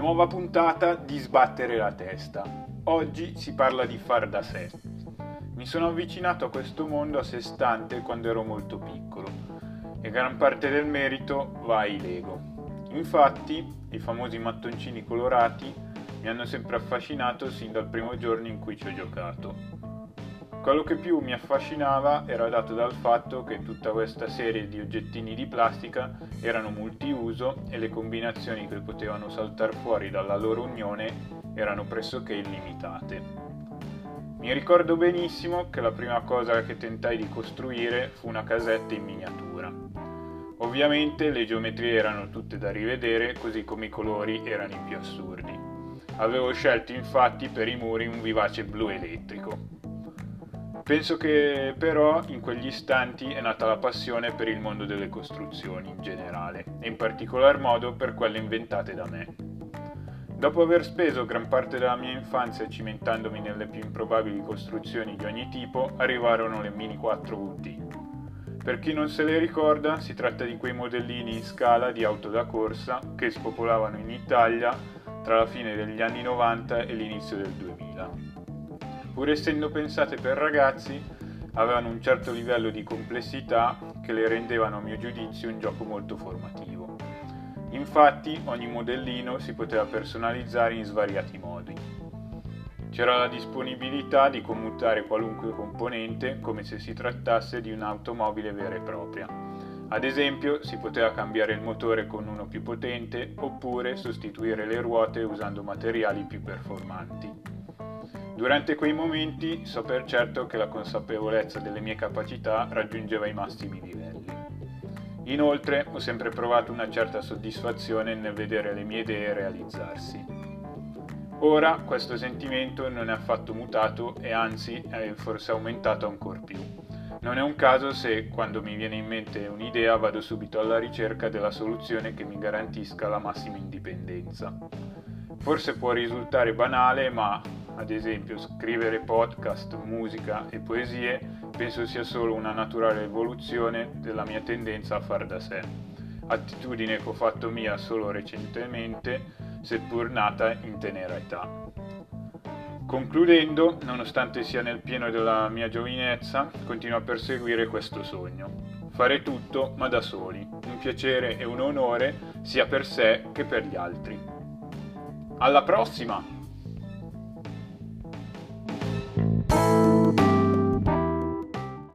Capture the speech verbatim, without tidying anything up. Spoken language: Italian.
Nuova puntata di Sbattere la testa. Oggi si parla di far da sé. Mi sono avvicinato a questo mondo a sé stante quando ero molto piccolo e gran parte del merito va ai Lego. Infatti, i famosi mattoncini colorati mi hanno sempre affascinato sin dal primo giorno in cui ci ho giocato. Quello che più mi affascinava era dato dal fatto che tutta questa serie di oggettini di plastica erano multiuso e le combinazioni che potevano saltare fuori dalla loro unione erano pressoché illimitate. Mi ricordo benissimo che la prima cosa che tentai di costruire fu una casetta in miniatura. Ovviamente le geometrie erano tutte da rivedere, così come i colori erano i più assurdi. Avevo scelto infatti per i muri un vivace blu elettrico. Penso che però in quegli istanti è nata la passione per il mondo delle costruzioni in generale e in particolar modo per quelle inventate da me. Dopo aver speso gran parte della mia infanzia cimentandomi nelle più improbabili costruzioni di ogni tipo, arrivarono le Mini quattro U T. Per chi non se le ricorda, si tratta di quei modellini in scala di auto da corsa che spopolavano in Italia tra la fine degli anni novanta e l'inizio del duemila. Pur essendo pensate per ragazzi, avevano un certo livello di complessità che le rendevano a mio giudizio un gioco molto formativo. Infatti ogni modellino si poteva personalizzare in svariati modi. C'era la disponibilità di commutare qualunque componente come se si trattasse di un'automobile vera e propria. Ad esempio si poteva cambiare il motore con uno più potente oppure sostituire le ruote usando materiali più performanti. Durante quei momenti so per certo che la consapevolezza delle mie capacità raggiungeva i massimi livelli. Inoltre ho sempre provato una certa soddisfazione nel vedere le mie idee realizzarsi. Ora questo sentimento non è affatto mutato e anzi è forse aumentato ancor più. Non è un caso se quando mi viene in mente un'idea vado subito alla ricerca della soluzione che mi garantisca la massima indipendenza. Forse può risultare banale, ma ad esempio scrivere podcast, musica e poesie penso sia solo una naturale evoluzione della mia tendenza a far da sé, attitudine che ho fatto mia solo recentemente, seppur nata in tenera età. Concludendo, nonostante sia nel pieno della mia giovinezza, continuo a perseguire questo sogno. Fare tutto, ma da soli, un piacere e un onore sia per sé che per gli altri. Alla prossima!